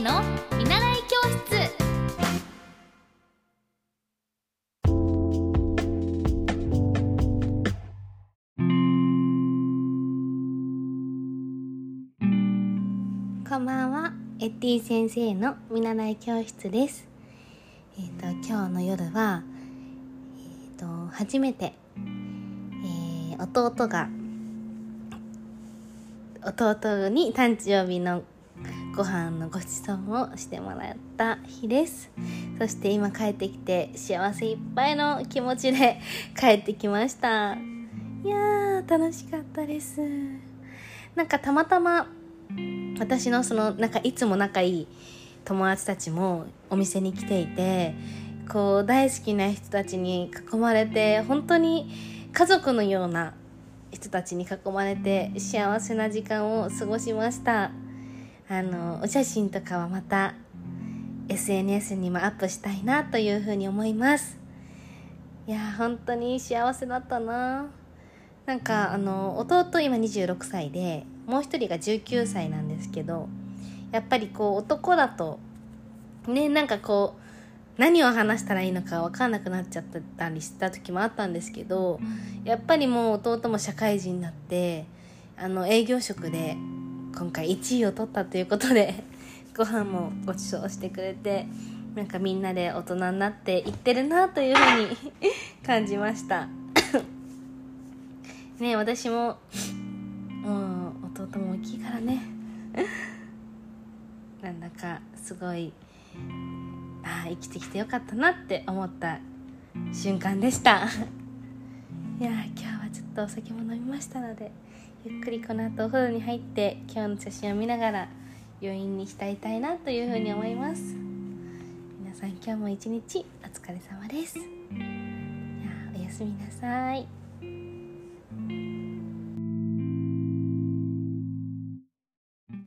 の見習い教室。こんばんは、エッティ先生の見習い教室です。今日の夜は、初めて、弟に誕生日のご飯のごちそうをしてもらった日です。そして今帰ってきて幸せいっぱいの気持ちで帰ってきました。いやー楽しかったです。なんかたまたま私のいつも仲いい友達たちもお店に来ていて、こう大好きな人たちに囲まれて、本当に家族のような人たちに囲まれて幸せな時間を過ごしました。お写真とかはまた SNS にもアップしたいなというふうに思います。いや本当に幸せだったな。なんか弟今26歳で、もう一人が19歳なんですけど、やっぱりこう男だとね、なんかこう何を話したらいいのか分かんなくなっちゃったりした時もあったんですけど、やっぱりもう弟も社会人になって営業職で今回1位を取ったということでご飯もご馳走してくれて、なんかみんなで大人になっていってるなというふうに感じましたね。私も弟も大きいからねなんだかすごい生きてきてよかったなって思った瞬間でしたいや今日はちょっとお酒も飲みましたので、ゆっくりこの後お風呂に入って今日の写真を見ながら余韻に浸りたいなというふうに思います。皆さん今日も一日お疲れ様です。おやすみなさい。